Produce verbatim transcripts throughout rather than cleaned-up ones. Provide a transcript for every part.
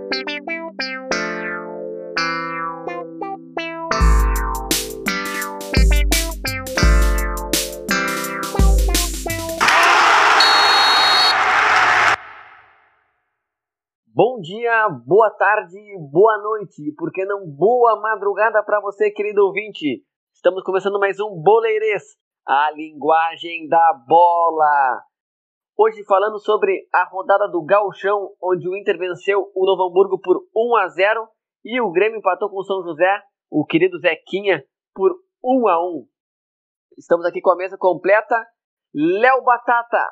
Bom dia, boa tarde, boa noite, por que não boa madrugada para você, querido ouvinte. Estamos começando mais um Boleirês, a linguagem da bola. Hoje falando sobre a rodada do Gauchão, onde o Inter venceu o Novo Hamburgo por um a zero e o Grêmio empatou com o São José, o querido Zequinha, por um a um. Estamos aqui com a mesa completa. Léo Batata.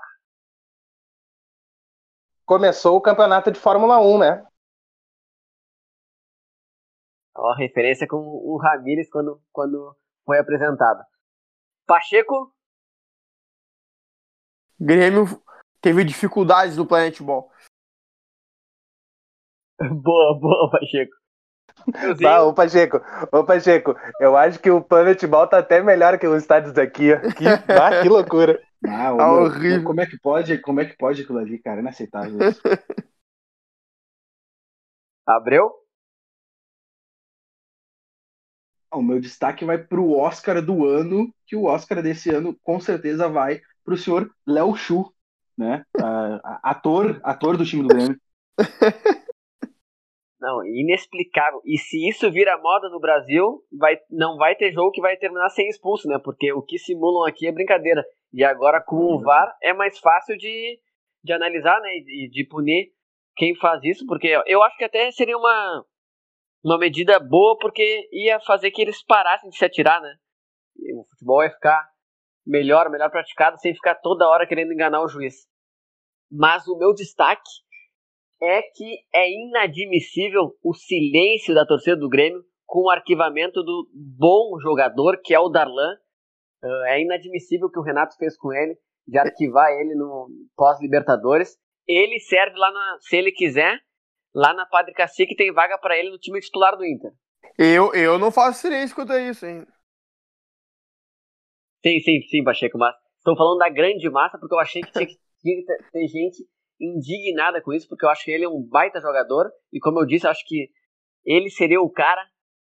Começou o campeonato de Fórmula um, né? Ó, referência com o Ramírez quando, quando foi apresentado. Pacheco. Grêmio teve dificuldades no Planet Ball. Boa, boa, Pacheco. Bah, ô Pacheco, ô Pacheco, eu acho que o Planet Ball tá até melhor que os estádios daqui. Que, bah, que loucura. Ah, Tá meu, horrível. Como é que pode, como é que pode aquilo ali, cara? Inaceitável isso. Abreu? O meu destaque vai pro Oscar do ano, que o Oscar desse ano com certeza vai pro senhor Léo Chu, né? Uh, ator, ator do time do Grêmio. Não, inexplicável. E se isso vira moda no Brasil, vai, não vai ter jogo que vai terminar sem expulso, né? Porque o que simulam aqui é brincadeira. E agora com o V A R é mais fácil de, de analisar, né? E de, de punir quem faz isso, porque eu acho que até seria uma, uma medida boa, porque ia fazer que eles parassem de se atirar, né? E o futebol ia ficar melhor, melhor praticado, sem ficar toda hora querendo enganar o juiz. Mas o meu destaque é que é inadmissível o silêncio da torcida do Grêmio com o arquivamento do bom jogador, que é o Darlan. Uh, é inadmissível o que o Renato fez com ele, de arquivar ele no pós-Libertadores. Ele serve lá, na, se ele quiser, lá na Padre Cacique tem vaga para ele no time titular do Inter. Eu, eu não faço silêncio quanto a isso, hein? Sim, sim, sim, Pacheco, mas estou falando da grande massa, porque eu achei que tinha que, tinha que ter, ter gente indignada com isso, porque eu acho que ele é um baita jogador, e como eu disse, eu acho que ele seria o cara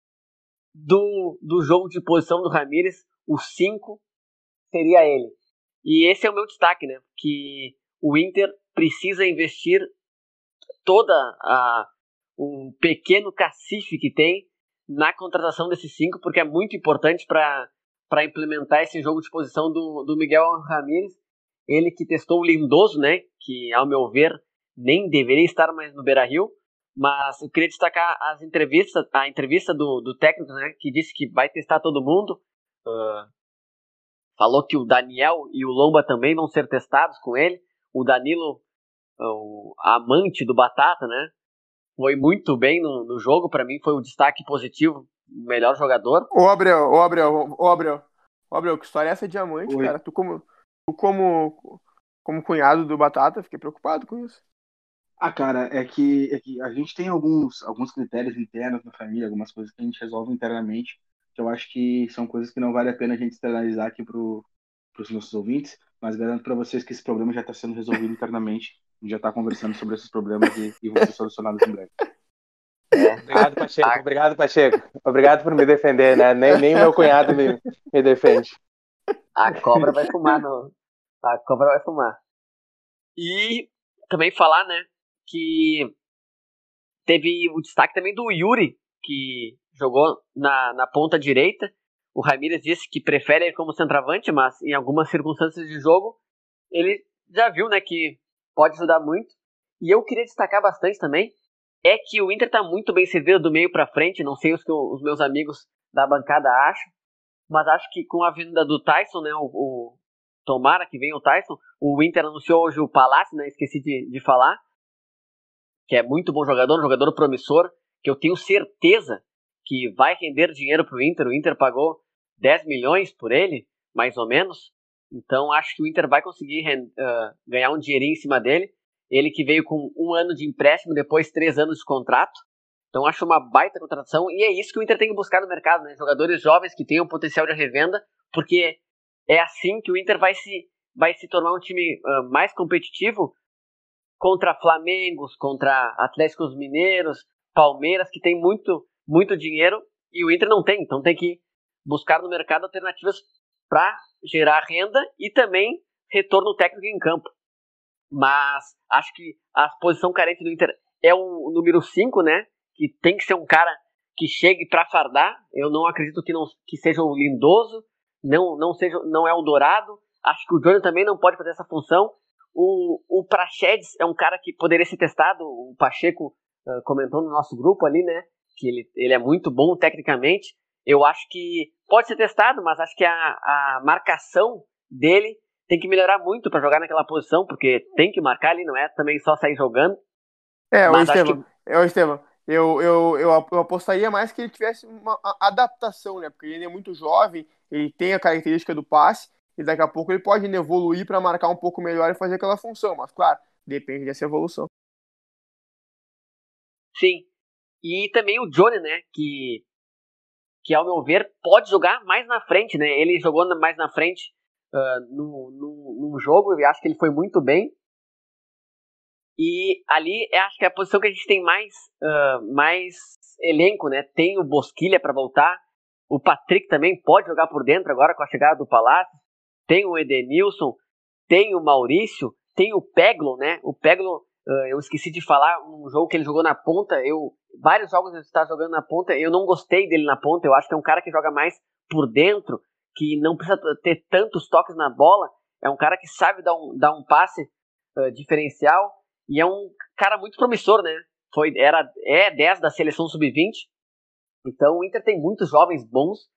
do, do jogo de posição do Ramírez, o cinco seria ele. E esse é o meu destaque, né? Que o Inter precisa investir toda a o pequeno cacife que tem na contratação desses cinco, porque é muito importante para para implementar esse jogo de posição do, do Miguel Ramírez. Ele que testou o Lindoso, né? Que, ao meu ver, nem deveria estar mais no Beira-Rio. Mas eu queria destacar as entrevistas, a entrevista do, do técnico, né? Que disse que vai testar todo mundo. Uh, falou que o Daniel e o Lomba também vão ser testados com ele. O Danilo, o amante do Batata, né? Foi muito bem no, no jogo. Para mim foi um destaque positivo. O melhor jogador. Ô, Abreu, ô, Abreu, ô, Abreu. Ô, Abreu, que história é essa, diamante, Oi. cara? Tu como, tu como, como cunhado do Batata, fiquei preocupado com isso. Ah, cara, é que, é que a gente tem alguns, alguns critérios internos na família, algumas coisas que a gente resolve internamente, que eu acho que são coisas que não vale a pena a gente externalizar aqui para os nossos ouvintes, mas garanto para vocês que esse problema já está sendo resolvido internamente, a gente já está conversando sobre esses problemas e, e vão ser solucionados em breve. É. Obrigado, Pacheco. Obrigado, Pacheco. Obrigado por me defender, né? Nem, nem o meu cunhado me, me defende. A cobra vai fumar, no... A cobra vai fumar. E também falar, né, que teve o destaque também do Yuri, que jogou na, na ponta direita. O Ramírez disse que prefere ele como centroavante, mas em algumas circunstâncias de jogo ele já viu, né, que pode ajudar muito. E eu queria destacar bastante também é que o Inter está muito bem servido do meio para frente. Não sei o que os meus amigos da bancada acham, mas acho que com a vinda do Tyson, né, o, o tomara que venha o Tyson, o Inter anunciou hoje o Palácio, né, esqueci de, de falar, que é muito bom jogador, um jogador promissor, que eu tenho certeza que vai render dinheiro para o Inter. O Inter pagou dez milhões por ele, mais ou menos, então acho que o Inter vai conseguir uh, ganhar um dinheirinho em cima dele. Ele que veio com um ano de empréstimo, depois três anos de contrato. Então acho uma baita contratação. E é isso que o Inter tem que buscar no mercado, né? Jogadores jovens que tenham potencial de revenda, porque é assim que o Inter vai se, vai se tornar um time uh, mais competitivo contra Flamengos, contra Atléticos Mineiros, Palmeiras, que tem muito, muito dinheiro, e o Inter não tem, então tem que buscar no mercado alternativas para gerar renda e também retorno técnico em campo. Mas acho que a posição carente do Inter é o número cinco, né? Que tem que ser um cara que chegue para fardar. Eu não acredito que, não, que seja o Lindoso, não, não, seja, não é o Dourado. Acho que o Johnny também não pode fazer essa função. O, o Praxedes é um cara que poderia ser testado. O Pacheco uh, comentou no nosso grupo ali, né? Que ele, ele é muito bom tecnicamente. Eu acho que pode ser testado, mas acho que a, a marcação dele tem que melhorar muito para jogar naquela posição, porque tem que marcar ali, não é também só sair jogando. É, o Mas acho Estevam, que é, o Estevam, eu, eu, eu, eu apostaria mais que ele tivesse uma a- adaptação, né? Porque ele é muito jovem, ele tem a característica do passe, e daqui a pouco ele pode, né, evoluir para marcar um pouco melhor e fazer aquela função. Mas, claro, depende dessa evolução. sim. E também o Johnny, né? Que, que ao meu ver, pode jogar mais na frente, né? Ele jogou na- mais na frente uh, no, no, num jogo, eu acho que ele foi muito bem. E ali, eu acho que é a posição que a gente tem mais, uh, mais elenco, né? Tem o Bosquilha para voltar. O Patrick também pode jogar por dentro agora com a chegada do Palácio. Tem o Edenilson, tem o Maurício, tem o Peglo, né? O Peglo, uh, eu esqueci de falar, um jogo que ele jogou na ponta. Eu, vários jogos ele está jogando na ponta. Eu não gostei dele na ponta. Eu acho que é um cara que joga mais por dentro, que não precisa ter tantos toques na bola. É um cara que sabe dar um, dar um passe uh, diferencial. E é um cara muito promissor, né? Foi, era, é dez da seleção sub vinte. Então o Inter tem muitos jovens bons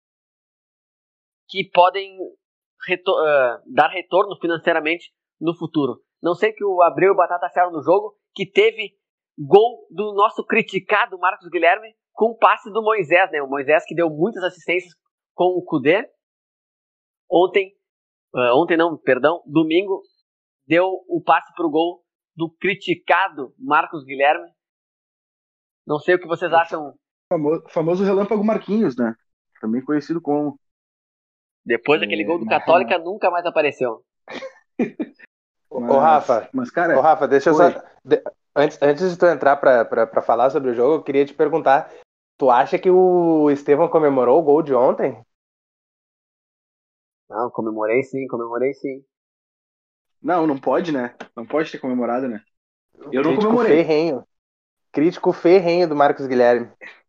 que podem retor- uh, dar retorno financeiramente no futuro. Não sei o que o Abreu e o Batata acharam no jogo, que teve gol do nosso criticado Marcos Guilherme com o passe do Moisés, né? O Moisés que deu muitas assistências com o Kudê. Ontem, uh, ontem não, perdão, domingo, deu o passe pro gol do criticado Marcos Guilherme. Não sei o que vocês acham. Famoso, famoso Relâmpago Marquinhos, né? Também conhecido como. Depois É, daquele gol do mas- Católica, nunca mais apareceu. Ô, Mas- ô, Rafa, Mas, cara. ô, Rafa, deixa eu Oi. só. de- Antes, antes de tu entrar pra, pra, pra falar sobre o jogo, eu queria te perguntar: tu acha que o Estevão comemorou o gol de ontem? Não, comemorei sim, comemorei sim. Não, não pode, né? Não pode ter comemorado, né? Eu não Crítico comemorei. ferrenho. Crítico ferrenho do Marcos Guilherme.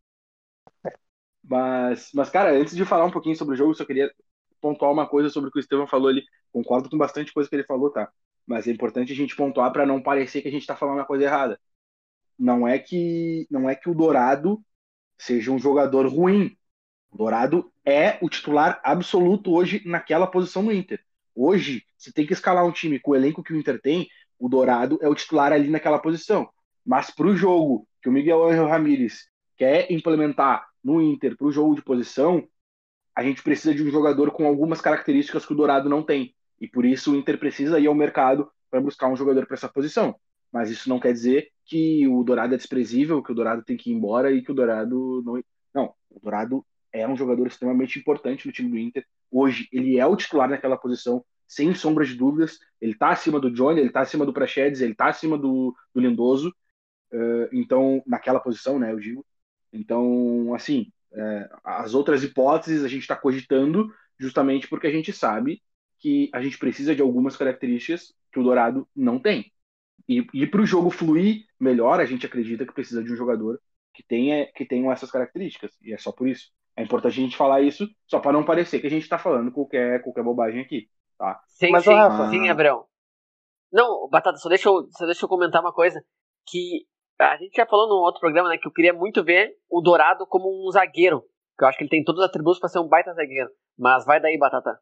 Mas, mas, cara, antes de falar um pouquinho sobre o jogo, eu só queria pontuar uma coisa sobre o que o Estevão falou ali. Concordo com bastante coisa que ele falou, tá? Mas é importante a gente pontuar para não parecer que a gente tá falando uma coisa errada. Não é que não é que o Dourado seja um jogador ruim. O Dourado é o titular absoluto hoje naquela posição no Inter. Hoje, se tem que escalar um time com o elenco que o Inter tem, o Dourado é o titular ali naquela posição. Mas para o jogo que o Miguel Ángel Ramírez quer implementar no Inter, para o jogo de posição, a gente precisa de um jogador com algumas características que o Dourado não tem. E por isso o Inter precisa ir ao mercado para buscar um jogador para essa posição. Mas isso não quer dizer que o Dourado é desprezível, que o Dourado tem que ir embora e que o Dourado não. Não, o Dourado é um jogador extremamente importante no time do Inter. Hoje ele é o titular naquela posição, sem sombra de dúvidas. Ele está acima do Johnny, ele está acima do Praxedes, ele está acima do, do Lindoso. Uh, então, naquela posição, né, eu digo. Então, assim, é, as outras hipóteses a gente está cogitando justamente porque a gente sabe que a gente precisa de algumas características que o Dourado não tem. E, e para o jogo fluir melhor, a gente acredita que precisa de um jogador que tenha que tenham essas características. E é só por isso. É importante a gente falar isso, só para não parecer que a gente está falando qualquer, qualquer bobagem aqui. Tá? Sim, Mas, sim, ô, Rafa. sim, Abrão. Não, Batata, só deixa, eu, só deixa eu comentar uma coisa. Que a gente já falou no outro programa, né, que eu queria muito ver o Dourado como um zagueiro. Que eu acho que ele tem todos os atributos para ser um baita zagueiro. Mas vai daí, Batata.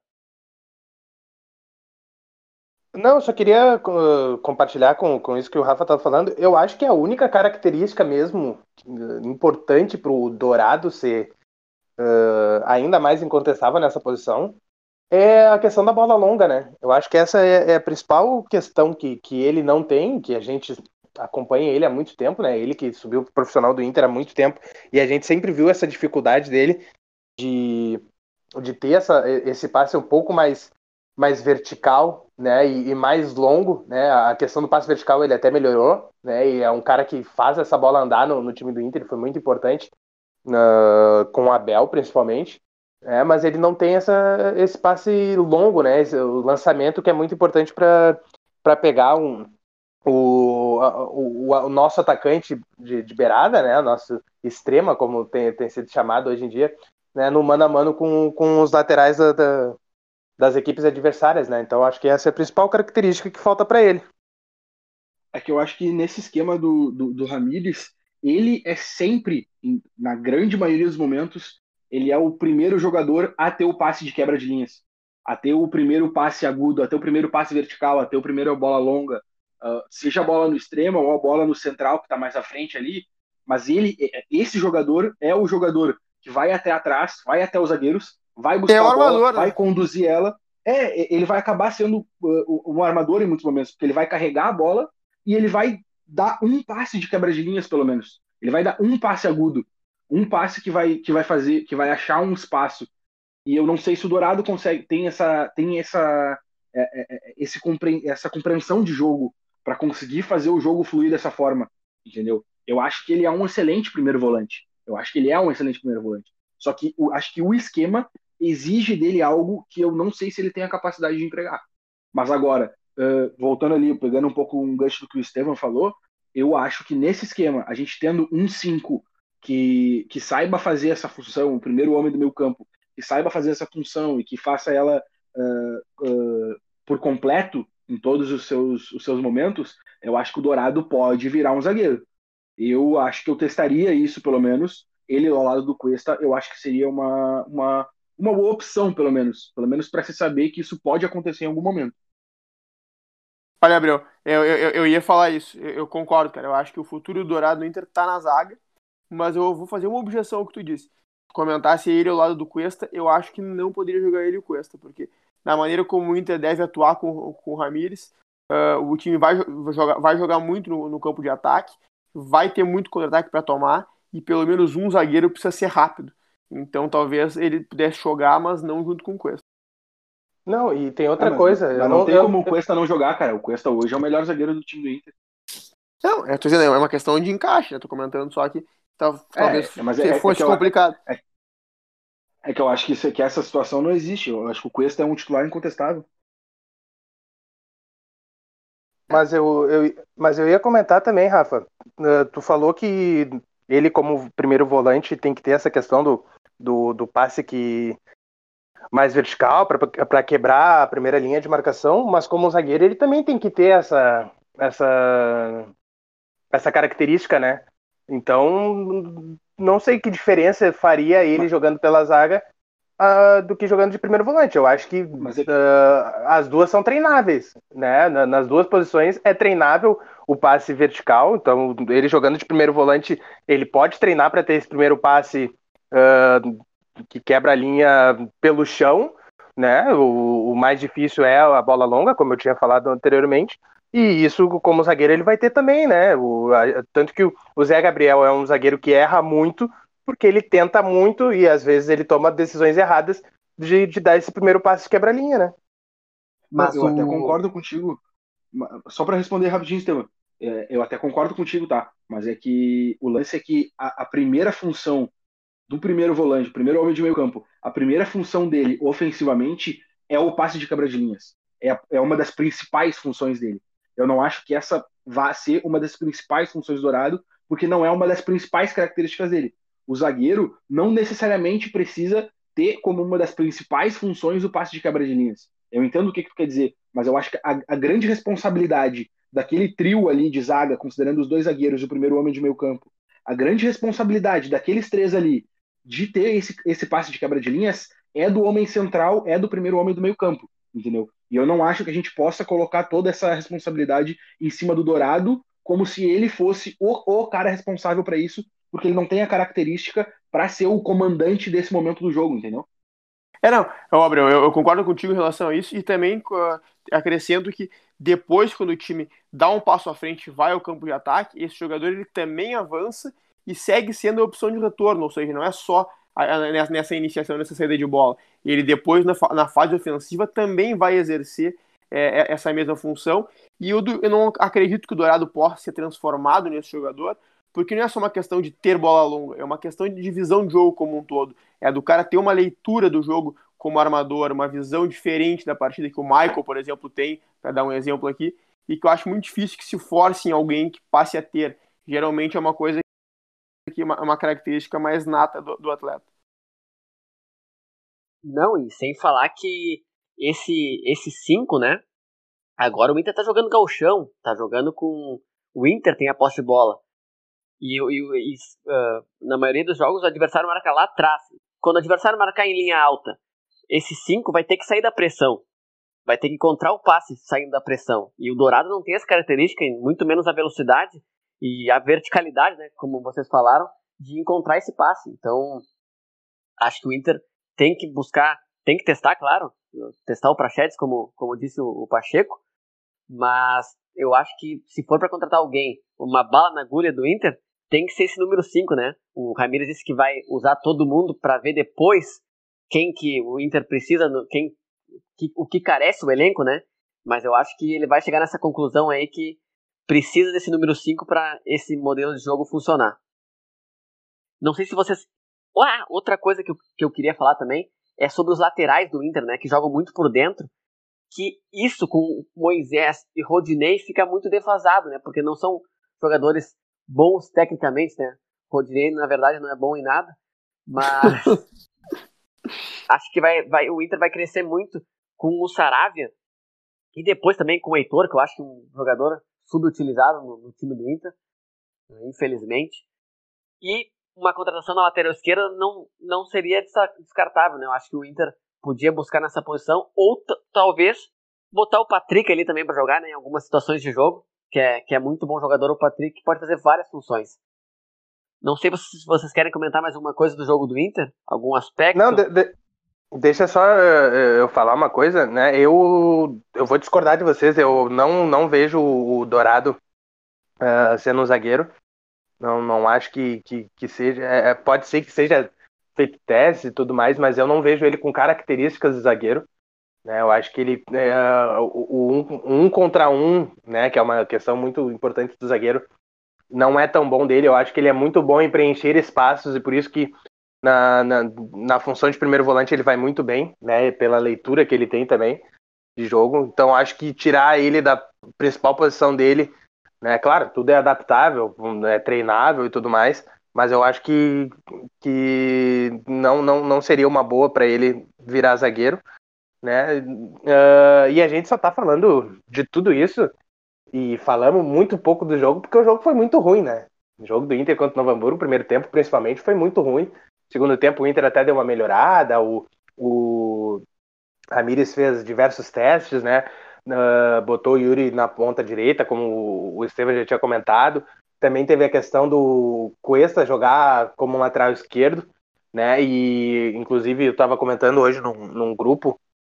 Não, eu só queria uh, compartilhar com, com isso que o Rafa estava falando. Eu acho que a única característica mesmo uh, importante para o Dourado ser uh, ainda mais incontestável nessa posição é a questão da bola longa, né? Eu acho que essa é, é a principal questão que, que ele não tem, que a gente acompanha ele há muito tempo, né? Ele que subiu pro profissional do Inter há muito tempo, e a gente sempre viu essa dificuldade dele de, de ter essa, esse passe um pouco mais, mais vertical né, e, e mais longo, né, a questão do passe vertical ele até melhorou, né, e é um cara que faz essa bola andar no, no time do Inter, ele foi muito importante, uh, com o Abel principalmente, é, mas ele não tem essa, esse passe longo, né, esse, o lançamento que é muito importante para pegar um, o, o, o, o nosso atacante de, de beirada, né, nosso extrema, como tem, tem sido chamado hoje em dia, né, no mano a mano com, com os laterais da, da, das equipes adversárias, né, então acho que essa é a principal característica que falta para ele. É que eu acho que nesse esquema do, do, do Ramírez, ele é sempre, na grande maioria dos momentos, ele é o primeiro jogador a ter o passe de quebra de linhas, a ter o primeiro passe agudo, a ter o primeiro passe vertical, a ter o primeiro bola longa, uh, seja a bola no extremo ou a bola no central, que está mais à frente ali, mas ele, esse jogador é o jogador que vai até atrás, vai até os zagueiros, vai buscar É o a bola, armador, vai né? conduzir ela. É, ele vai acabar sendo uh, um armador em muitos momentos, porque ele vai carregar a bola e ele vai dar um passe de quebra de linhas, pelo menos. Ele vai dar um passe agudo, um passe que vai, que vai fazer, que vai achar um espaço. E eu não sei se o Dourado consegue, tem essa, tem essa, é, é, esse, essa compreensão de jogo para conseguir fazer o jogo fluir dessa forma, entendeu? Eu acho que ele é um excelente primeiro volante. Eu acho que ele é um excelente primeiro volante. Só que eu acho que o esquema exige dele algo que eu não sei se ele tem a capacidade de entregar. Mas agora, uh, voltando ali, pegando um pouco um gancho do que o Estevam falou, eu acho que nesse esquema, a gente tendo um cinco que, que saiba fazer essa função, o primeiro homem do meio campo, que saiba fazer essa função e que faça ela uh, uh, por completo em todos os seus, os seus momentos, eu acho que o Dourado pode virar um zagueiro. Eu acho que eu testaria isso, pelo menos. Ele ao lado do Cuesta, eu acho que seria uma, uma, uma boa opção, pelo menos. Pelo menos para se saber que isso pode acontecer em algum momento. Olha, Abreu, eu, eu, eu ia falar isso. Eu, eu concordo, cara. Eu acho que o futuro do Dourado no Inter tá na zaga, mas eu vou fazer uma objeção ao que tu disse. Se comentasse ele ao lado do Cuesta, eu acho que não poderia jogar ele e o Cuesta, porque da maneira como o Inter deve atuar com, com o Ramírez, uh, o time vai, vai, jogar, vai jogar muito no, no campo de ataque, vai ter muito contra-ataque para tomar, e pelo menos um zagueiro precisa ser rápido. Então talvez ele pudesse jogar, mas não junto com o Cuesta. Não, e tem Ah, outra mas, coisa. mas eu não, não tem eu, como o Cuesta não jogar, cara. O Cuesta hoje é o melhor zagueiro do time do Inter. Não, eu tô dizendo, é uma questão de encaixe, né? Tô comentando só que tá, talvez É, mas é, fosse é, que eu, complicado. é, é que eu acho que, isso, que essa situação não existe. Eu acho que o Cuesta é um titular incontestável. mas, eu, eu, mas eu ia comentar também, Rafa. Uh, tu falou que ele, como primeiro volante, tem que ter essa questão do, do, do passe que mais vertical para quebrar a primeira linha de marcação, mas como zagueiro ele também tem que ter essa, essa, essa característica, né? Então, não sei que diferença faria ele Mas, jogando pela zaga uh, do que jogando de primeiro volante. Eu acho que mas é, uh, as duas são treináveis, né? Nas duas posições é treinável o passe vertical. Então, ele jogando de primeiro volante, ele pode treinar para ter esse primeiro passe uh, que quebra a linha pelo chão, né? O, o mais difícil é a bola longa, como eu tinha falado anteriormente. E isso, como zagueiro, ele vai ter também, né? O, a, tanto que o, o Zé Gabriel é um zagueiro que erra muito, porque ele tenta muito e às vezes ele toma decisões erradas de, de dar esse primeiro passo de quebra-linha, né? não, Mas eu até o. concordo contigo. Só para responder rapidinho, Estevam. É, eu até concordo contigo, tá? Mas é que o lance é que a, a primeira função do primeiro volante, o primeiro homem de meio campo, a primeira função dele ofensivamente é o passe de quebra de linhas. É, é uma das principais funções dele. Eu não acho que essa vá ser uma das principais funções do Dourado, porque não é uma das principais características dele. O zagueiro não necessariamente precisa ter como uma das principais funções o passe de quebra de linhas. Eu entendo o que, que tu quer dizer, mas eu acho que a, a grande responsabilidade daquele trio ali de zaga, considerando os dois zagueiros e o primeiro homem de meio campo, a grande responsabilidade daqueles três ali de ter esse, esse passe de quebra de linhas é do homem central, é do primeiro homem do meio campo, entendeu? E eu não acho que a gente possa colocar toda essa responsabilidade em cima do Dourado como se ele fosse o, o cara responsável para isso, porque ele não tem a característica para ser o comandante desse momento do jogo, entendeu? É, não, óbvio, eu, eu concordo contigo em relação a isso e também uh, acrescento que depois, quando o time dá um passo à frente e vai ao campo de ataque, esse jogador ele também avança e segue sendo a opção de retorno, ou seja, não é só a, a, nessa iniciação, nessa saída de bola. Ele depois, na, na fase ofensiva, também vai exercer é, é, essa mesma função. E eu, eu não acredito que o Dourado possa ser transformado nesse jogador, porque não é só uma questão de ter bola longa, é uma questão de visão de jogo como um todo. É do cara ter uma leitura do jogo como armador, uma visão diferente da partida que o Michael, por exemplo, tem, para dar um exemplo aqui, e que eu acho muito difícil que se force em alguém que passe a ter. Geralmente é uma coisa que é uma, uma característica mais nata do, do atleta. Não, e sem falar que esse esse cinco, né? Agora o Inter tá jogando gauchão, tá jogando com... O Inter tem a posse de bola. E, e, e uh, na maioria dos jogos o adversário marca lá atrás. Quando o adversário marcar em linha alta, esse cinco vai ter que sair da pressão. Vai ter que encontrar o passe saindo da pressão. E o Dourado não tem essa característica, muito menos a velocidade e a verticalidade, né, como vocês falaram, de encontrar esse passe. Então, acho que o Inter tem que buscar, tem que testar, claro, testar o Praxedes, como, como disse o, o Pacheco, mas eu acho que se for para contratar alguém, uma bala na agulha do Inter, tem que ser esse número cinco, né? O Ramírez disse que vai usar todo mundo para ver depois quem que o Inter precisa, quem, que, o que carece o elenco, né? Mas eu acho que ele vai chegar nessa conclusão aí que precisa desse número cinco para esse modelo de jogo funcionar. Não sei se vocês... Ah, outra coisa que eu, que eu queria falar também é sobre os laterais do Inter, né? Que jogam muito por dentro. Que isso com Moisés e Rodinei fica muito defasado, né? Porque não são jogadores bons tecnicamente, né? Rodinei, na verdade, não é bom em nada. Mas acho que vai, vai, o Inter vai crescer muito com o Saravia. E depois também com o Heitor, que eu acho que é um jogador subutilizado no, no time do Inter, infelizmente. E uma contratação na lateral esquerda não, não seria descartável, né? Eu acho que o Inter podia buscar nessa posição, ou t- talvez botar o Patrick ali também para jogar, né? Em algumas situações de jogo, que é, que é muito bom jogador, o Patrick, que pode fazer várias funções. Não sei se vocês querem comentar mais alguma coisa do jogo do Inter, algum aspecto. Não, de, de, deixa só uh, eu falar uma coisa, né? Eu, eu vou discordar de vocês, eu não, não vejo o Dourado uh, sendo um zagueiro. Não, não acho que, que, que seja. É, pode ser que seja feito teste e tudo mais, mas eu não vejo ele com características de zagueiro. Né? Eu acho que ele é, o, o um, um contra um, né? Que é uma questão muito importante do zagueiro, não é tão bom dele. Eu acho que ele é muito bom em preencher espaços e por isso que na, na, na função de primeiro volante ele vai muito bem, né? Pela leitura que ele tem também de jogo. Então acho que tirar ele da principal posição dele, né? Claro, tudo é adaptável, é treinável e tudo mais, mas eu acho que, que não, não, não seria uma boa para ele virar zagueiro, né? Uh, e a gente só tá falando de tudo isso e falamos muito pouco do jogo porque o jogo foi muito ruim, né? O jogo do Inter contra o Novo Hamburgo, o primeiro tempo principalmente, foi muito ruim. Segundo tempo o Inter até deu uma melhorada, o, o Ramírez fez diversos testes, né? Uh, botou o Yuri na ponta direita, como o Estevam já tinha comentado. Também teve a questão do Cuesta jogar como um lateral esquerdo, né? E inclusive eu estava comentando hoje num, num grupo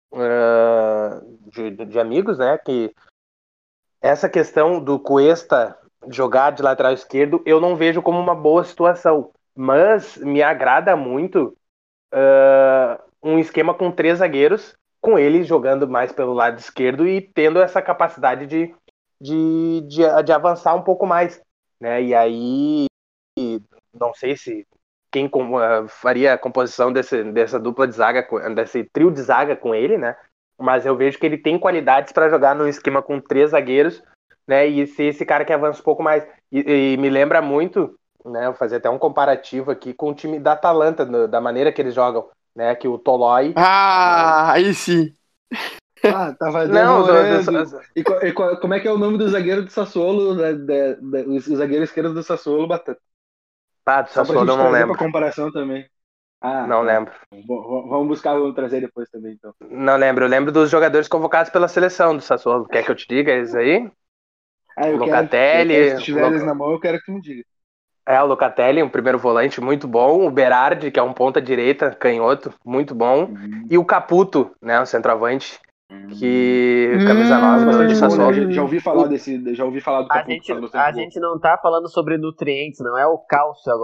uh, de, de amigos, né? Que essa questão do Cuesta jogar de lateral esquerdo eu não vejo como uma boa situação, mas me agrada muito uh, um esquema com três zagueiros, com ele jogando mais pelo lado esquerdo e tendo essa capacidade de, de, de, de avançar um pouco mais, né? E aí, não sei se quem com, uh, faria a composição desse, dessa dupla de zaga, desse trio de zaga com ele, né? Mas eu vejo que ele tem qualidades para jogar num esquema com três zagueiros, né? E ser esse cara que avança um pouco mais. E, e me lembra muito, né? Vou fazer até um comparativo aqui com o time da Atalanta, da maneira que eles jogam, né? Que o Tolói. Ah, aí sim. Ah, tava Não, demorando. do, do... E, e como é que é o nome do zagueiro do Sassuolo? Da, da, da, o zagueiro esquerdo do Sassuolo, Batata. Ah, do Só pra Sassuolo gente eu não trazer lembro. pra comparação também. Ah, não tá. lembro. Vamos buscar, vamos trazer depois também, então. Não lembro. Eu lembro dos jogadores convocados pela seleção do Sassuolo. Quer que eu te diga eles aí? Ah, eu Locatelli. quero. Eu quero, se tiver Loc... eles na mão, eu quero que tu me diga. É, o Locatelli, um primeiro volante muito bom. O Berardi, que é um ponta direita, canhoto, muito bom. Uhum. E o Caputo, né, o centroavante, Uhum. que camisa nove Bastante do gol, né? Sassuolo. Já, já ouvi falar O... desse, já ouvi falar do A Caputo, gente, faz a bastante gol. gente não tá falando sobre nutrientes, não é o cálcio agora.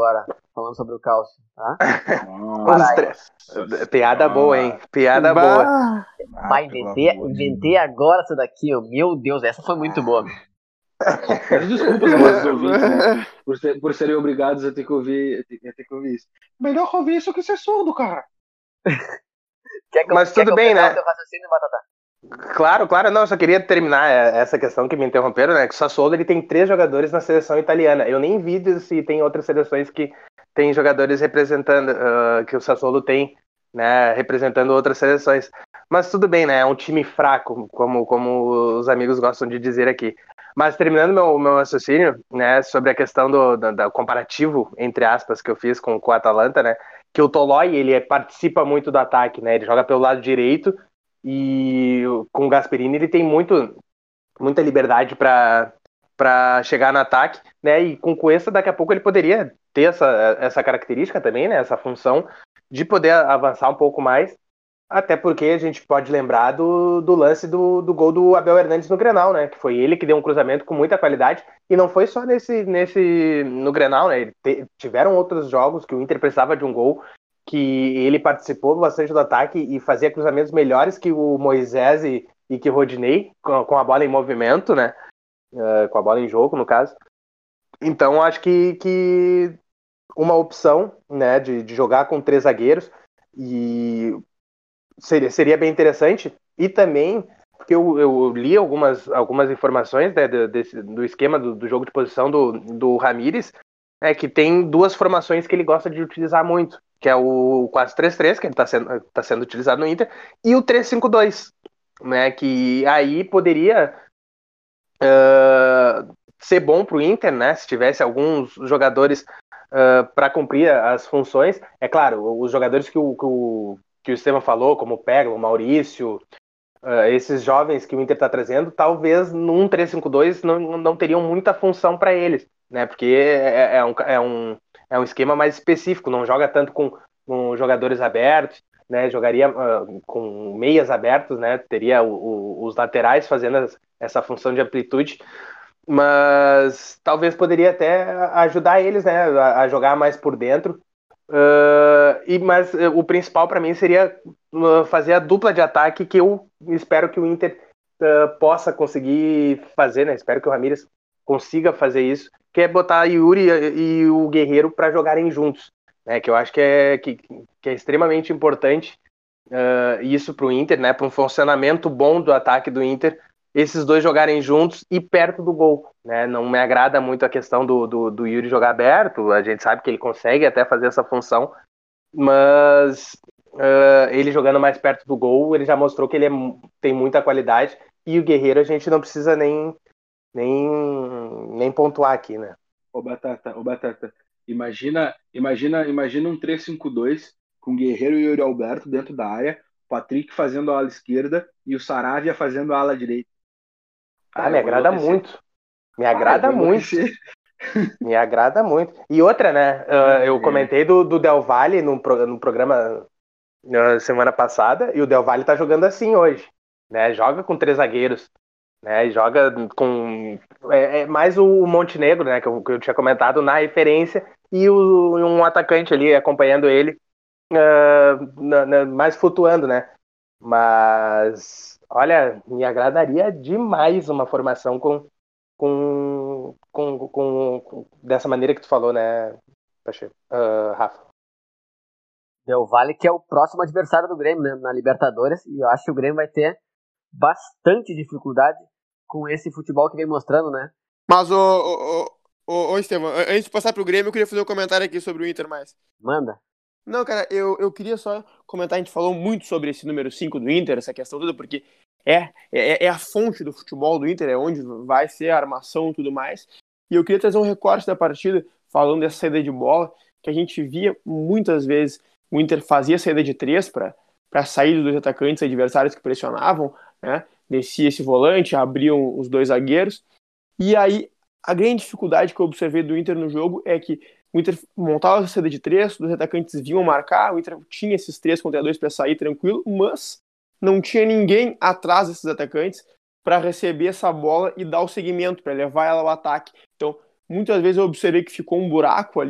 falando sobre o cálcio, tá? Os tre- Piada boa, hein? Piada Bah. boa. Vai, inventei, inventei agora essa daqui, ó. Meu Deus, essa foi muito boa. meu. Peço desculpas aos nossos ouvintes, né? Por, ser- por serem obrigados a ter que ouvir, a ter, a ter que ouvir isso. Melhor ouvir isso que ser surdo, cara. Quer que eu, Mas quer tudo que eu bem, pegar né? o teu raciocínio, Batata? Claro, claro, não, eu só queria terminar essa questão que me interromperam, né? Que o Sassuolo ele tem três jogadores na seleção italiana. Eu nem vi se tem outras seleções que tem jogadores representando, uh, que o Sassuolo tem, né? Representando outras seleções. Mas tudo bem, né? É um time fraco, como, como os amigos gostam de dizer aqui. Mas terminando meu, meu raciocínio, né? Sobre a questão do, do, do comparativo, entre aspas, que eu fiz com, com o Atalanta, né? Que o Tolói, ele participa muito do ataque, né? Ele joga pelo lado direito. E com o Gasperini ele tem muito, muita liberdade para para chegar no ataque, né? E com o Cuesta daqui a pouco ele poderia ter essa, essa característica também, né? Essa função de poder avançar um pouco mais, até porque a gente pode lembrar do, do lance do, do gol do Abel Hernandes no Grenal, né? Que foi ele que deu um cruzamento com muita qualidade e não foi só nesse, nesse no Grenal, né? Te, tiveram outros jogos que o Inter precisava de um gol que ele participou bastante do ataque e fazia cruzamentos melhores que o Moisés e, e que o Rodinei, com, com a bola em movimento, né? Uh, com a bola em jogo, no caso. Então, acho que, que uma opção, né, de, de jogar com três zagueiros e seria, seria bem interessante. E também, porque eu, eu li algumas, algumas informações, né, do, desse, do esquema do, do jogo de posição do, do Ramires, é que tem duas formações que ele gosta de utilizar muito, que é o quatro três três, que está sendo, tá sendo utilizado no Inter, e o três cinco dois, né, que aí poderia uh, ser bom para o Inter, né, se tivesse alguns jogadores uh, para cumprir as funções. É claro, os jogadores que o, que o, que o Estevam falou, como o Pega, o Maurício, uh, esses jovens que o Inter está trazendo, talvez num três cinco dois não, não teriam muita função para eles, né, porque é, é, um, é, um, é um esquema mais específico, não joga tanto com, com jogadores abertos, né, jogaria uh, com meias abertos, né, teria o, o, os laterais fazendo as, essa função de amplitude, mas talvez poderia até ajudar eles, né, a, a jogar mais por dentro. Uh, e, mas uh, o principal para mim seria uh, fazer a dupla de ataque que eu espero que o Inter uh, possa conseguir fazer, né? Espero que o Ramires consiga fazer isso, que é botar Yuri e, e o Guerreiro para jogarem juntos, né? Que eu acho que é, que, que é extremamente importante uh, isso para o Inter, né? Para um funcionamento bom do ataque do Inter, esses dois jogarem juntos e perto do gol, né? Não me agrada muito a questão do, do, do Yuri jogar aberto, a gente sabe que ele consegue até fazer essa função, mas uh, ele jogando mais perto do gol, ele já mostrou que ele é, tem muita qualidade, e o Guerreiro a gente não precisa nem, nem, nem pontuar aqui, né? Ô Batata, ô Batata, imagina, imagina, imagina um três cinco dois com Guerreiro e Yuri Alberto dentro da área, Patrick fazendo a ala esquerda e o Saravia fazendo a ala direita. Ah, me agrada muito. Me agrada ah, muito. Me agrada muito. E outra, né? Uh, eu comentei do, do Del Valle no, pro, no programa na semana passada, e o Del Valle tá jogando assim hoje, né? Joga com três zagueiros, né? Joga com é, é mais o Montenegro, né? Que eu, que eu tinha comentado na referência, e o, um atacante ali acompanhando ele, uh, na, na, mais flutuando, né? Mas olha, me agradaria demais uma formação com Com, com, com, com dessa maneira que tu falou, né, Pacheco? Uh, Rafa? Del Valle, que é o próximo adversário do Grêmio, né, na Libertadores, e eu acho que o Grêmio vai ter bastante dificuldade com esse futebol que vem mostrando, né? Mas, ô, ô, ô, ô Estevam, antes de passar pro Grêmio, eu queria fazer um comentário aqui sobre o Inter mais. Manda. Não, cara, eu, eu queria só comentar, a gente falou muito sobre esse número cinco do Inter, essa questão toda, porque é, é, é a fonte do futebol do Inter, é onde vai ser a armação e tudo mais. E eu queria trazer um recorte da partida, falando dessa saída de bola, que a gente via muitas vezes o Inter fazia saída de três para a saída dos atacantes adversários que pressionavam, né? Descia esse volante, abriam os dois zagueiros. E aí, a grande dificuldade que eu observei do Inter no jogo é que o Inter montava a saída de três, os atacantes vinham marcar, o Inter tinha esses três contra dois para sair tranquilo, mas não tinha ninguém atrás desses atacantes para receber essa bola e dar o segmento, para levar ela ao ataque. Então, muitas vezes eu observei que ficou um buraco ali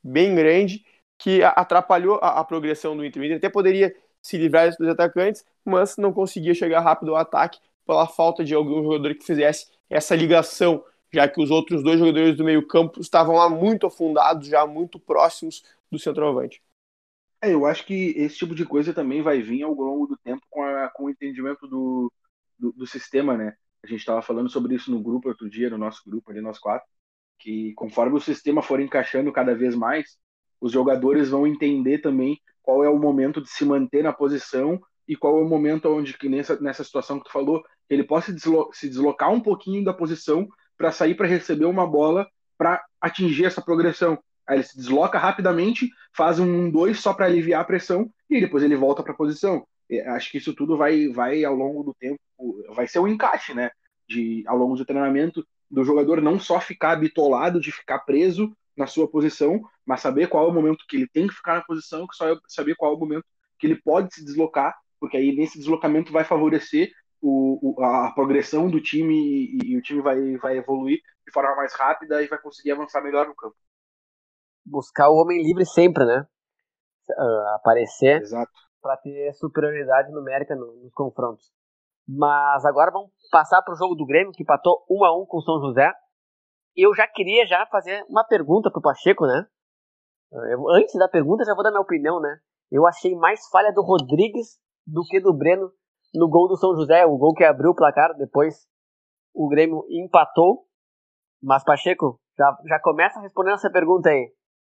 bem grande que atrapalhou a, a progressão do Inter. O Inter até poderia se livrar dos atacantes, mas não conseguia chegar rápido ao ataque pela falta de algum jogador que fizesse essa ligação, já que os outros dois jogadores do meio campo estavam lá muito afundados, já muito próximos do centroavante. É, eu acho que esse tipo de coisa também vai vir ao longo do tempo com, a, com o entendimento do, do, do sistema, né? A gente estava falando sobre isso no grupo outro dia, no nosso grupo ali, nós quatro, que conforme o sistema for encaixando cada vez mais, os jogadores vão entender também qual é o momento de se manter na posição e qual é o momento onde, que nessa, nessa situação que tu falou, ele possa deslo- se deslocar um pouquinho da posição para sair para receber uma bola para atingir essa progressão. Aí ele se desloca rapidamente, faz um um dois só para aliviar a pressão e depois ele volta para a posição. Acho que isso tudo vai, vai ao longo do tempo, vai ser um encaixe, né? De, ao longo do treinamento, do jogador não só ficar bitolado, de ficar preso na sua posição, mas saber qual é o momento que ele tem que ficar na posição, que só saber qual é o momento que ele pode se deslocar, porque aí nesse deslocamento vai favorecer o, o, a progressão do time e, e o time vai, vai evoluir de forma mais rápida e vai conseguir avançar melhor no campo. Buscar o homem livre sempre, né? Uh, aparecer para ter superioridade numérica no, nos confrontos. Mas agora vamos passar para o jogo do Grêmio, que empatou um a um com o São José. Eu já queria já fazer uma pergunta pro Pacheco, né? Eu, antes da pergunta, já vou dar minha opinião, né? Eu achei mais falha do Rodrigues do que do Breno no gol do São José, o gol que abriu o placar, depois o Grêmio empatou. Mas, Pacheco, já, já começa respondendo essa pergunta aí.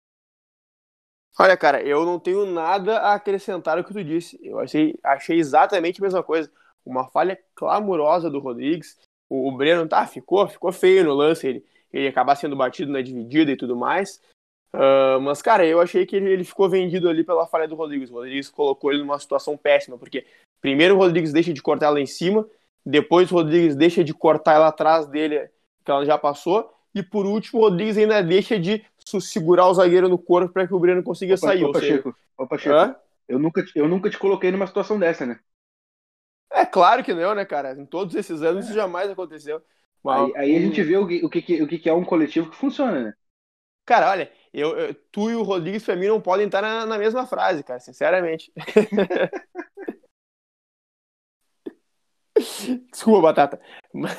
Olha, cara, eu não tenho nada a acrescentar ao que tu disse. Eu achei, achei exatamente a mesma coisa. Uma falha clamorosa do Rodrigues. O, o Breno, tá, ficou, ficou feio no lance, ele, ele acabar sendo batido na dividida e tudo mais. Uh, mas, cara, eu achei que ele, ele ficou vendido ali pela falha do Rodrigues. O Rodrigues colocou ele numa situação péssima, porque primeiro o Rodrigues deixa de cortar ela em cima, depois o Rodrigues deixa de cortar ela atrás dele, que ela já passou, e por último o Rodrigues ainda deixa de segurar o zagueiro no corpo para que o Breno consiga opa, sair. Opa, Pacheco, opa, Pacheco. Eu, nunca, eu nunca te coloquei numa situação dessa, né? É claro que não, né, cara? Em todos esses anos é. Isso jamais aconteceu. Mas, aí, aí um... a gente vê o que, o, que, o que é um coletivo que funciona, né? Cara, olha, eu, eu, tu e o Rodrigues, pra mim, não podem estar na, na mesma frase, cara, sinceramente. Desculpa, Batata. Mas,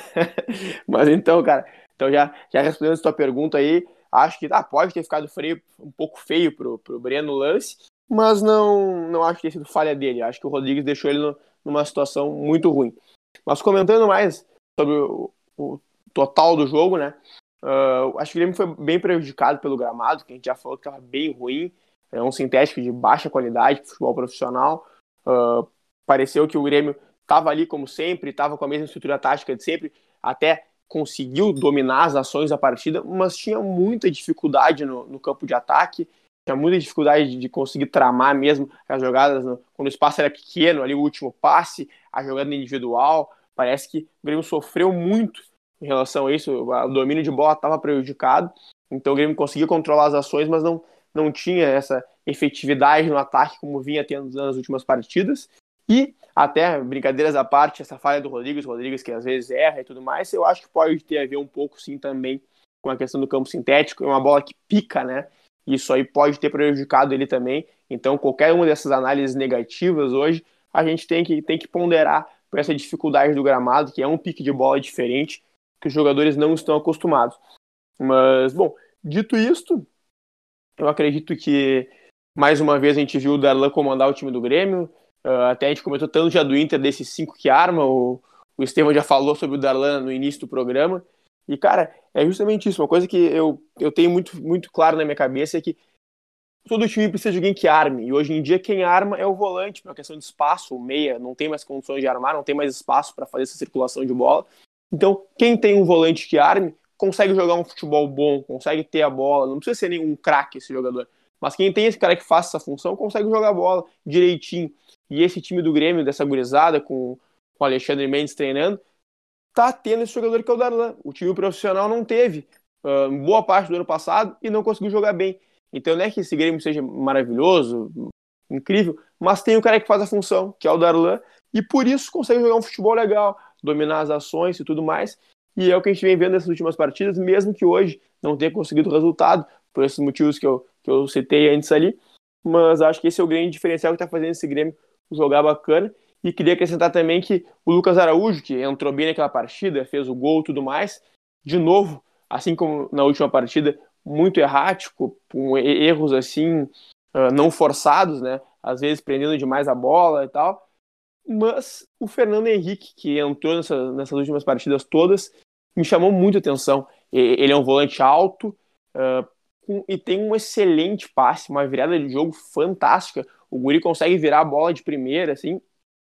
mas então, cara, então já, já respondendo a tua pergunta aí, acho que ah, pode ter ficado freio, um pouco feio pro, pro Breno no lance, mas não, não acho que tenha sido falha dele. Acho que o Rodrigues deixou ele no, numa situação muito ruim. Mas comentando mais sobre o, o total do jogo, né? Uh, acho que o Grêmio foi bem prejudicado pelo gramado, que a gente já falou que estava bem ruim. É um sintético de baixa qualidade para futebol profissional. Uh, pareceu que o Grêmio estava ali como sempre, estava com a mesma estrutura tática de sempre, até conseguiu dominar as ações da partida, mas tinha muita dificuldade no, no campo de ataque, tinha muita dificuldade de, de conseguir tramar mesmo as jogadas, no, quando o espaço era pequeno, ali o último passe, a jogada individual. Parece que o Grêmio sofreu muito em relação a isso, o domínio de bola estava prejudicado, então o Grêmio conseguia controlar as ações, mas não, não tinha essa efetividade no ataque como vinha tendo nas últimas partidas. E até, brincadeiras à parte, essa falha do Rodrigues, Rodrigues que às vezes erra e tudo mais, eu acho que pode ter a ver um pouco sim também com a questão do campo sintético, é uma bola que pica, né? Isso aí pode ter prejudicado ele também. Então qualquer uma dessas análises negativas hoje, a gente tem que, tem que ponderar por essa dificuldade do gramado, que é um pique de bola diferente, que os jogadores não estão acostumados. Mas, bom, dito isto, eu acredito que mais uma vez a gente viu o Darlan comandar o time do Grêmio. Uh, até a gente comentou tanto já do Inter, desses cinco que arma, o, o Estevão já falou sobre o Darlan no início do programa, e cara, é justamente isso, uma coisa que eu, eu tenho muito, muito claro na minha cabeça é que todo time precisa de alguém que arme, e hoje em dia quem arma é o volante, por uma questão de espaço, o meia não tem mais condições de armar, não tem mais espaço para fazer essa circulação de bola, então quem tem um volante que arme, consegue jogar um futebol bom, consegue ter a bola, não precisa ser nenhum craque esse jogador, mas quem tem esse cara que faça essa função, consegue jogar a bola direitinho. E esse time do Grêmio, dessa gurizada, com o Alexandre Mendes treinando, tá tendo esse jogador que é o Darlan. O time profissional não teve uh, boa parte do ano passado e não conseguiu jogar bem. Então não é que esse Grêmio seja maravilhoso, incrível, mas tem o cara que faz a função, que é o Darlan, e por isso consegue jogar um futebol legal, dominar as ações e tudo mais. E é o que a gente vem vendo nessas últimas partidas, mesmo que hoje não tenha conseguido resultado, por esses motivos que eu, que eu citei antes ali, mas acho que esse é o grande diferencial que está fazendo esse Grêmio jogar bacana. E queria acrescentar também que o Lucas Araújo, que entrou bem naquela partida, fez o gol e tudo mais, de novo, assim como na última partida, muito errático, com erros assim, não forçados, né? Às vezes prendendo demais a bola e tal. Mas o Fernando Henrique, que entrou nessa, nessas últimas partidas todas, me chamou muito a atenção. Ele é um volante alto uh, com, e tem um excelente passe, uma virada de jogo fantástica. O guri consegue virar a bola de primeira, assim,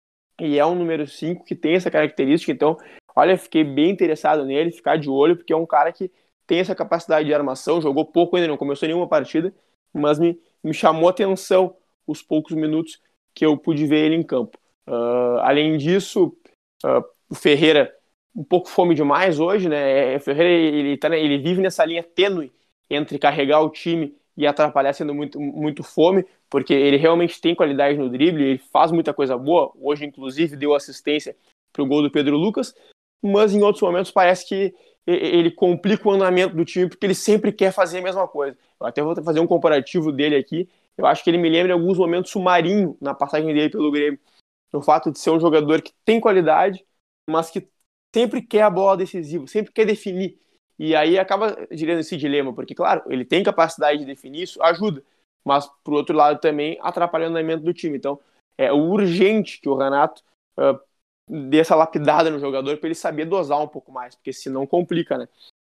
e é um número cinco que tem essa característica. Então, olha, fiquei bem interessado nele, ficar de olho, porque é um cara que tem essa capacidade de armação, jogou pouco ainda, não começou nenhuma partida, mas me, me chamou a atenção os poucos minutos que eu pude ver ele em campo. Uh, além disso, uh, o Ferreira um pouco fome demais hoje, né? O Ferreira ele, tá, ele vive nessa linha tênue entre carregar o time e atrapalhar sendo muito, muito fome, porque ele realmente tem qualidade no drible, ele faz muita coisa boa, hoje inclusive deu assistência para o gol do Pedro Lucas, mas em outros momentos parece que ele complica o andamento do time, porque ele sempre quer fazer a mesma coisa. Eu até vou fazer um comparativo dele aqui, eu acho que ele me lembra em alguns momentos o Marinho, na passagem dele pelo Grêmio, o fato de ser um jogador que tem qualidade, mas que sempre quer a bola decisiva, sempre quer definir. E aí acaba girando esse dilema, porque, claro, ele tem capacidade de definir, isso ajuda, mas, por outro lado, também atrapalha o andamento do time. Então, é urgente que o Renato uh, dê essa lapidada no jogador para ele saber dosar um pouco mais, porque senão complica, né?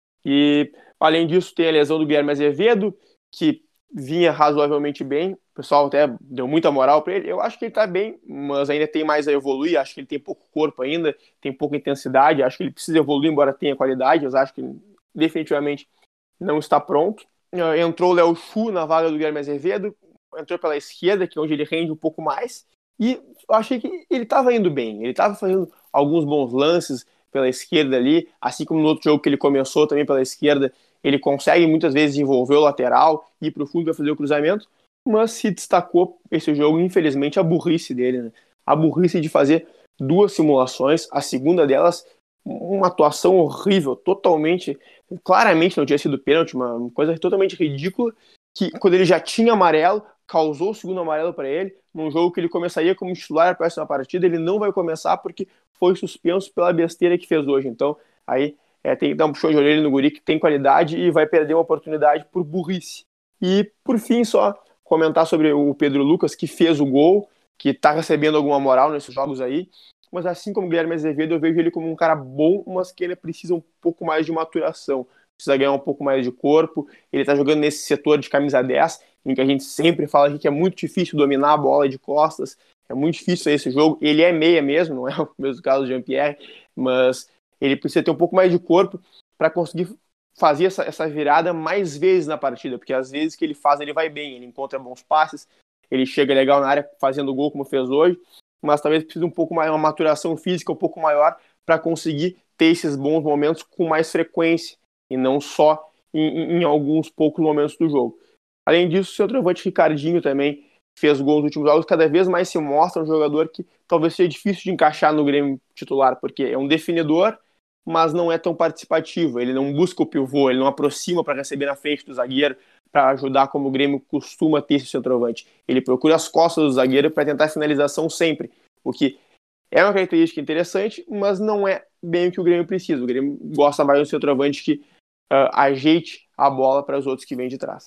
E, além disso, tem a lesão do Guilherme Azevedo, que vinha razoavelmente bem, o pessoal até deu muita moral para ele. Eu acho que ele tá bem, mas ainda tem mais a evoluir, acho que ele tem pouco corpo ainda, tem pouca intensidade, acho que ele precisa evoluir, embora tenha qualidade, eu acho que ele definitivamente não está pronto. Entrou o Léo Chu na vaga do Guilherme Azevedo, entrou pela esquerda, que é onde ele rende um pouco mais, e eu achei que ele estava indo bem, ele estava fazendo alguns bons lances pela esquerda ali, assim como no outro jogo que ele começou também pela esquerda, ele consegue muitas vezes envolver o lateral, ir para o fundo para fazer o cruzamento, mas se destacou esse jogo, infelizmente, a burrice dele, né? A burrice de fazer duas simulações, a segunda delas, uma atuação horrível, totalmente, claramente não tinha sido pênalti, uma coisa totalmente ridícula, que quando ele já tinha amarelo, causou o segundo amarelo para ele, num jogo que ele começaria como titular a próxima partida, ele não vai começar porque foi suspenso pela besteira que fez hoje. Então, aí é, tem que dar um puxão de orelha no guri que tem qualidade e vai perder uma oportunidade por burrice. E, por fim, só comentar sobre o Pedro Lucas, que fez o gol, que está recebendo alguma moral nesses jogos aí, mas assim como o Guilherme Azevedo, eu vejo ele como um cara bom, mas que ele precisa um pouco mais de maturação, precisa ganhar um pouco mais de corpo, ele está jogando nesse setor de camisa dez, em que a gente sempre fala aqui que é muito difícil dominar a bola de costas, é muito difícil esse jogo, ele é meia mesmo, não é o mesmo caso do Jean-Pierre, mas ele precisa ter um pouco mais de corpo para conseguir fazer essa, essa virada mais vezes na partida, porque às vezes que ele faz, ele vai bem, ele encontra bons passes, ele chega legal na área fazendo gol como fez hoje, mas talvez precise um pouco mais, uma maturação física um pouco maior para conseguir ter esses bons momentos com mais frequência e não só em, em alguns poucos momentos do jogo. Além disso, o centroavante Ricardinho também fez gol nos últimos jogos, cada vez mais se mostra um jogador que talvez seja difícil de encaixar no Grêmio titular, porque é um definidor, mas não é tão participativo, ele não busca o pivô, ele não aproxima para receber na frente do zagueiro, para ajudar como o Grêmio costuma ter esse centroavante. Ele procura as costas do zagueiro para tentar a finalização sempre, o que é uma característica interessante, mas não é bem o que o Grêmio precisa. O Grêmio gosta mais de um centroavante que uh, ajeite a bola para os outros que vêm de trás.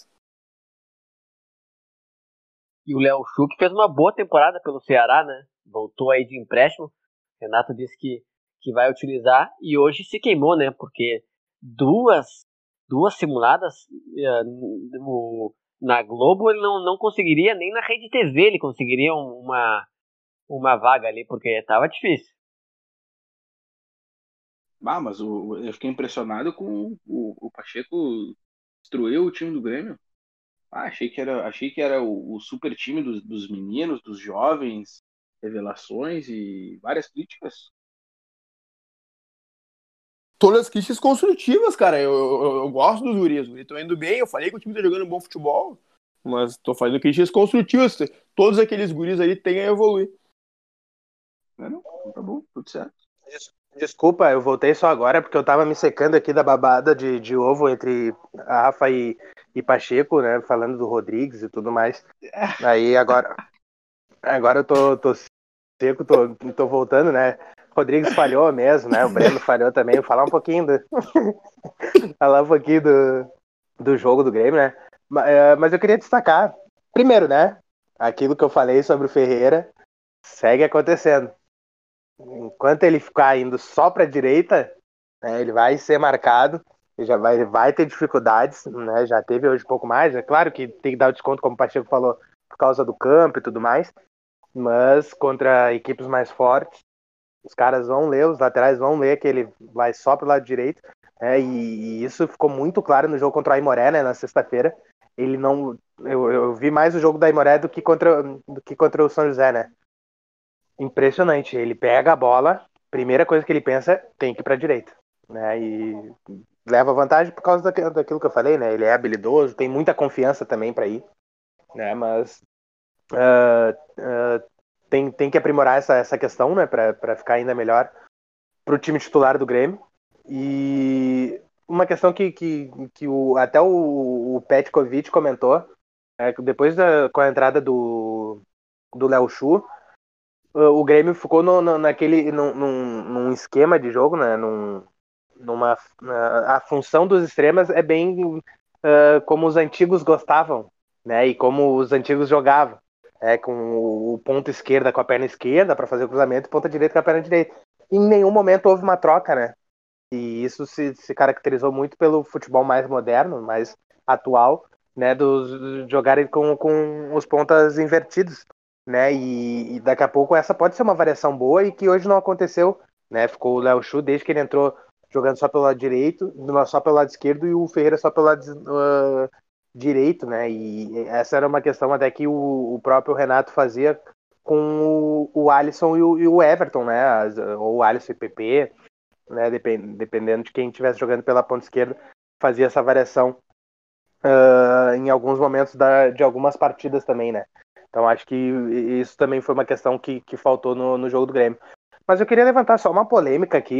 E o Léo Chu, que fez uma boa temporada pelo Ceará, né? Voltou aí de empréstimo. Renato disse que, que vai utilizar e hoje se queimou, né? Porque duas, duas simuladas uh, o, na Globo ele não, não conseguiria, nem na Rede T V ele conseguiria uma, uma vaga ali, porque tava difícil. Ah, mas o, eu fiquei impressionado com o, o Pacheco destruiu o time do Grêmio. Ah, achei que era, achei que era o, o super time dos, dos meninos, dos jovens, revelações e várias críticas. Todas as críticas construtivas, cara. Eu, eu, eu gosto dos guris. Eles estão indo bem. Eu falei que o time tá jogando bom futebol, mas tô fazendo críticas construtivas. Todos aqueles guris ali têm a evoluir. Não, não, tá bom, tudo certo. Isso. Desculpa, eu voltei só agora porque eu tava me secando aqui da babada de, de ovo entre a Rafa e, e Pacheco, né? Falando do Rodrigues e tudo mais. Aí agora, agora eu tô, tô seco, tô, tô voltando, né? Rodrigues falhou mesmo, né? O Breno falhou também. Vou falar um pouquinho do, falar um pouquinho do, do jogo do Grêmio, né? Ma- eh, Mas eu queria destacar, primeiro, né? Aquilo que eu falei sobre o Ferreira segue acontecendo. Enquanto ele ficar indo só para a direita, né, ele vai ser marcado, ele já vai, vai ter dificuldades, né, já teve hoje um pouco mais, é claro que tem que dar o desconto, como o Pacheco falou, por causa do campo e tudo mais, mas contra equipes mais fortes, os caras vão ler, os laterais vão ler que ele vai só pro lado direito, né, e, e isso ficou muito claro no jogo contra o Aimoré, né, na sexta-feira. Ele não, eu, eu vi mais o jogo da Aimoré do que contra, do que contra o São José, né? Impressionante. Ele pega a bola, primeira coisa que ele pensa é tem que ir para a direita, né? E leva vantagem por causa daquilo, daquilo que eu falei, né? Ele é habilidoso, tem muita confiança também para ir, né? Mas uh, uh, tem, tem que aprimorar essa, essa questão, né? Para ficar ainda melhor para o time titular do Grêmio. E uma questão que, que, que o, até o, o Petkovic comentou, é que depois da, com a entrada do do Léo Chu, o Grêmio ficou no, no, naquele num, num, num esquema de jogo, né? Num, numa, a função dos extremas é bem uh, como os antigos gostavam, né? E como os antigos jogavam, é com o ponto esquerda com a perna esquerda para fazer o cruzamento e ponta direita com a perna direita. Em nenhum momento houve uma troca, né? E isso se, se caracterizou muito pelo futebol mais moderno, mais atual, né? Dos, dos jogarem com, com os pontas invertidos, né? E, e daqui a pouco essa pode ser uma variação boa e que hoje não aconteceu, né? Ficou o Léo Chu desde que ele entrou jogando só pelo lado direito, só pelo lado esquerdo e o Ferreira só pelo lado uh, direito, né? E essa era uma questão até que o, o próprio Renato fazia com o, o Alisson e o, e o Everton, né? As, ou o Alisson e o P P, né? Depend, dependendo de quem estivesse jogando pela ponta esquerda, fazia essa variação uh, em alguns momentos da, de algumas partidas também, né? Então acho que isso também foi uma questão que, que faltou no, no jogo do Grêmio. Mas eu queria levantar só uma polêmica aqui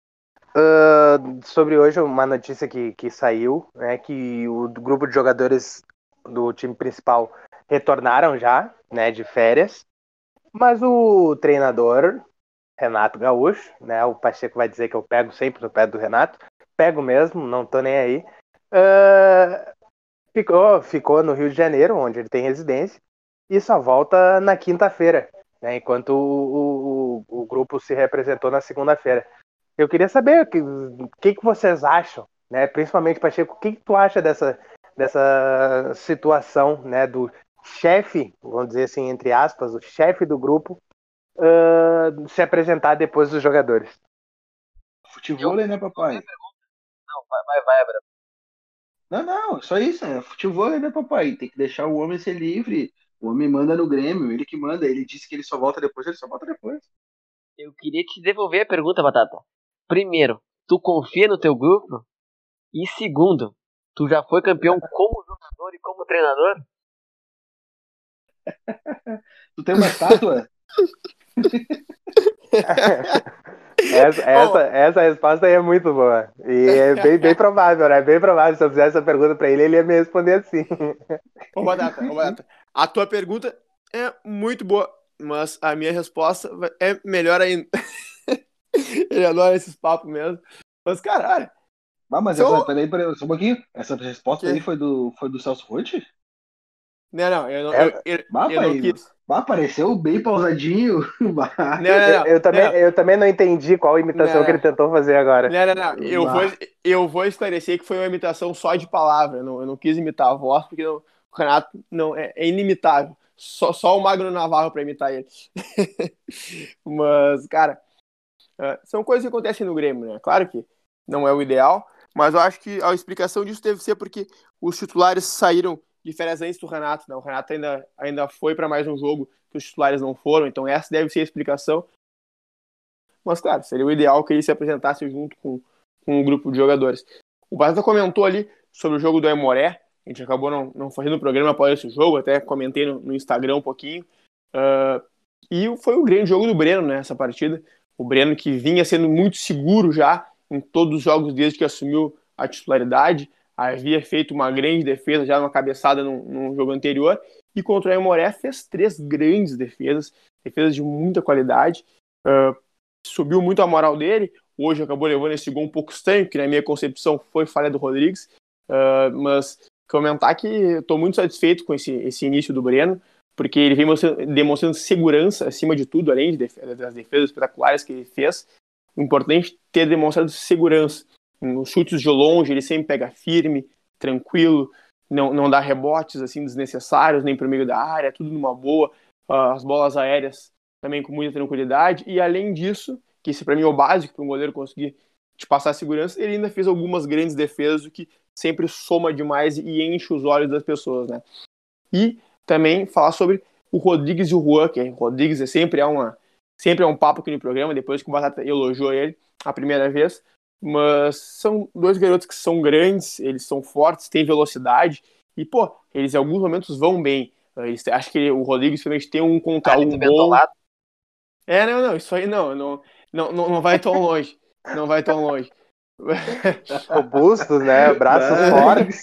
uh, sobre hoje uma notícia que, que saiu, né, que o grupo de jogadores do time principal retornaram já, né, de férias, mas o treinador Renato Gaúcho, né, o Pacheco vai dizer que eu pego sempre no pé do Renato, pego mesmo, não tô nem aí, uh, ficou, ficou no Rio de Janeiro, onde ele tem residência, e só volta na quinta-feira, né, enquanto o, o, o grupo se representou na segunda-feira. Eu queria saber o que, que, que vocês acham, né, principalmente, Pacheco, o que, que tu acha dessa, dessa situação, né, do chefe, vamos dizer assim, entre aspas, o chefe do grupo, uh, se apresentar depois dos jogadores. Futebol, né, papai? Não, vai, vai, vai, Abra. Não, não, só isso, é futebol, né, papai? Tem que deixar o homem ser livre. O homem manda no Grêmio, ele que manda. Ele disse que ele só volta depois, ele só volta depois. Eu queria te devolver a pergunta, Batata. Primeiro, tu confia no teu grupo? E segundo, tu já foi campeão como jogador e como treinador? Tu tem uma estátua? Essa, essa, essa resposta aí é muito boa. E é bem, bem provável, né? Bem provável. Se eu fizesse essa pergunta pra ele, ele ia me responder assim. Ô, Batata, ô, Batata, a tua pergunta é muito boa, mas a minha resposta vai- é melhor ainda. Ele adora esses papos mesmo. Mas, caralho, Ah, mas são... essa, peraí, peraí, só um pouquinho. Essa resposta Que? aí foi do, foi do Celso Roth? Não, não, eu não, É, eu, eu, Bah, eu não pai, quis. bah, apareceu bem pausadinho. Bah, Não, não, eu, não, eu, também, não, eu também não entendi qual não, imitação que ele não, tentou fazer agora. não, não, não. Eu vou, bah. eu vou esclarecer que foi uma imitação só de palavra. Eu não, eu não quis imitar a voz, porque não- o Renato não, é, é inimitável. Só, só o Magno Navarro pra imitar ele. Mas, cara, é, são coisas que acontecem no Grêmio, né? Claro que não é o ideal, mas eu acho que a explicação disso deve ser porque os titulares saíram de férias antes do Renato, né? O Renato ainda, ainda foi para mais um jogo que os titulares não foram, então essa deve ser a explicação. Mas, claro, seria o ideal que ele se apresentasse junto com, com um grupo de jogadores. O Batata comentou ali sobre o jogo do Aimoré, a gente acabou não, não fazendo o programa após esse jogo, até comentei no, no Instagram um pouquinho. Uh, e foi o grande jogo do Breno, né, essa partida. O Breno, que vinha sendo muito seguro já em todos os jogos desde que assumiu a titularidade, havia feito uma grande defesa, já uma cabeçada no, no jogo anterior, e contra o Aimoré fez três grandes defesas, defesas de muita qualidade, uh, subiu muito a moral dele. Hoje acabou levando esse gol um pouco estranho, que na minha concepção foi falha do Rodrigues, uh, mas comentar que estou muito satisfeito com esse, esse início do Breno, porque ele vem mostrando, demonstrando segurança acima de tudo, além de def- das defesas espetaculares que ele fez. O importante é ter demonstrado segurança. Nos chutes de longe, ele sempre pega firme, tranquilo, não, não dá rebotes assim desnecessários, nem para o meio da área, tudo numa boa. Uh, as bolas aéreas também com muita tranquilidade. E além disso, que esse para mim é o básico para um goleiro conseguir te passar segurança, ele ainda fez algumas grandes defesas, o que sempre soma demais e enche os olhos das pessoas, né? E também falar sobre o Rodrigues e o Juan, que o Rodrigues é sempre, é uma, sempre é um papo aqui no programa, depois que o Batata elogiou ele a primeira vez, mas são dois garotos que são grandes, eles são fortes, têm velocidade, e, pô, eles em alguns momentos vão bem. Eles, acho que o Rodrigues realmente tem um contra um bom. É, não, não, isso aí não, não, não, não vai tão longe, não vai tão longe. Robustos, né? Braços fortes.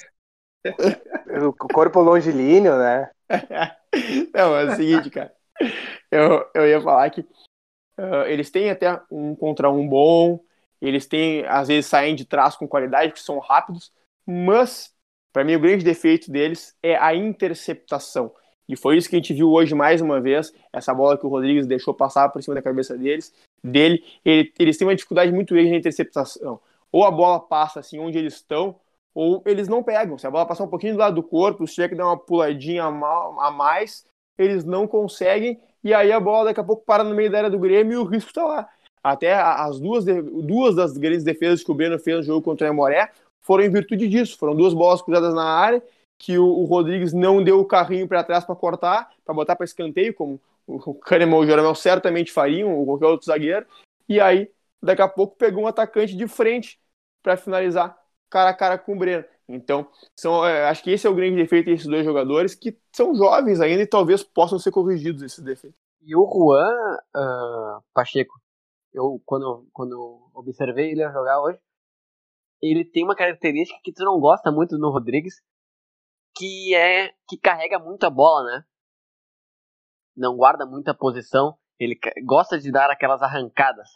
O corpo longilíneo, né? Não, é o seguinte, cara. Eu, eu ia falar que uh, eles têm até um contra um bom, eles têm, às vezes, saem de trás com qualidade, porque são rápidos, mas, para mim, o grande defeito deles é a interceptação. E foi isso que a gente viu hoje mais uma vez, essa bola que o Rodrigues deixou passar por cima da cabeça deles, dele. Ele, eles têm uma dificuldade muito grande na interceptação. Ou a bola passa assim onde eles estão, ou eles não pegam. Se a bola passar um pouquinho do lado do corpo, se tiver que dar uma puladinha a mais, eles não conseguem, e aí a bola daqui a pouco para no meio da área do Grêmio e o risco está lá. Até as duas, duas das grandes defesas que o Breno fez no jogo contra o Aimoré foram em virtude disso. Foram duas bolas cruzadas na área, que o, o Rodrigues não deu o carrinho para trás para cortar, para botar para escanteio, como o Kahneman ou o Jeromel certamente fariam, ou qualquer outro zagueiro, e aí daqui a pouco pegou um atacante de frente para finalizar cara a cara com o Breno. Então, são, acho que esse é o grande defeito desses dois jogadores, que são jovens ainda e talvez possam ser corrigidos esses defeitos. E o Juan, uh, Pacheco, eu quando, quando observei ele a jogar hoje, ele tem uma característica que tu não gosta muito no Rodrigues, que é que carrega muito a bola, né? Não guarda muita posição, ele gosta de dar aquelas arrancadas.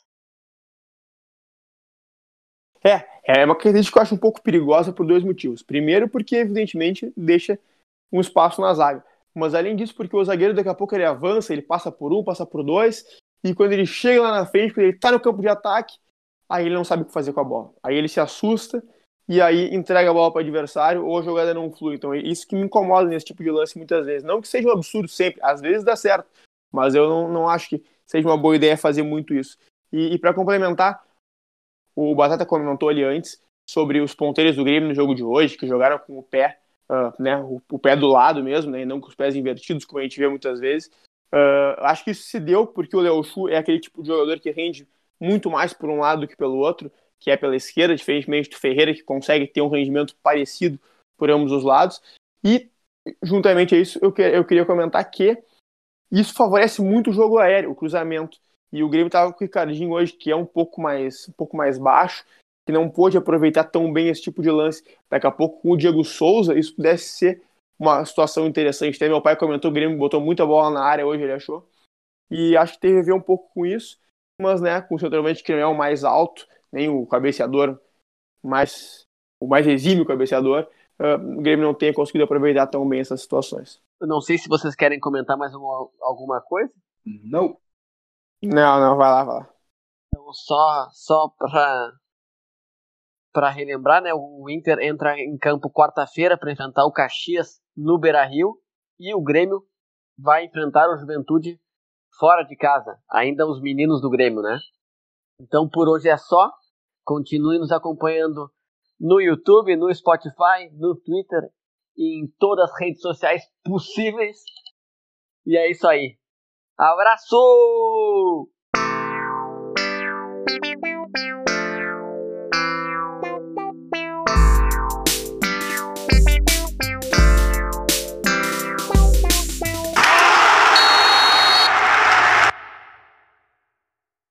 É, é uma característica que eu acho um pouco perigosa por dois motivos. Primeiro, porque evidentemente deixa um espaço na zaga. Mas além disso, porque o zagueiro daqui a pouco ele avança, ele passa por um, passa por dois, e quando ele chega lá na frente, quando ele tá no campo de ataque, aí ele não sabe o que fazer com a bola. Aí ele se assusta, e aí entrega a bola para o adversário, ou a jogada não flui. Então é isso que me incomoda nesse tipo de lance muitas vezes. Não que seja um absurdo sempre, às vezes dá certo, mas eu não, não acho que seja uma boa ideia fazer muito isso. E, e para complementar, o Batata comentou ali antes sobre os ponteiros do Grêmio no jogo de hoje, que jogaram com o pé, uh, né, o, o pé do lado mesmo, né, e não com os pés invertidos, como a gente vê muitas vezes. Uh, acho que isso se deu porque o Léo Chu é aquele tipo de jogador que rende muito mais por um lado do que pelo outro, que é pela esquerda, diferentemente do Ferreira, que consegue ter um rendimento parecido por ambos os lados. E, juntamente a isso, eu, que, eu queria comentar que isso favorece muito o jogo aéreo, o cruzamento. E o Grêmio estava com o Ricardinho hoje, que é um pouco mais, um pouco mais baixo, que não pôde aproveitar tão bem esse tipo de lance. Daqui a pouco, com o Diego Souza, isso pudesse ser uma situação interessante. Até meu pai comentou, o Grêmio botou muita bola na área hoje, ele achou. E acho que teve a ver um pouco com isso, mas né, com o centroavante que não é o mais alto, nem o cabeceador, mais, o mais exímio cabeceador, uh, o Grêmio não tenha conseguido aproveitar tão bem essas situações. Eu não sei se vocês querem comentar mais uma, alguma coisa. Não. Não, não, vai lá, vai lá. Então, só, só para para relembrar, né, o Inter entra em campo quarta-feira para enfrentar o Caxias no Beira-Rio e o Grêmio vai enfrentar o Juventude fora de casa, ainda os meninos do Grêmio, né? Então, por hoje é só. Continue nos acompanhando no YouTube, no Spotify, no Twitter e em todas as redes sociais possíveis. E é isso aí. Abraço!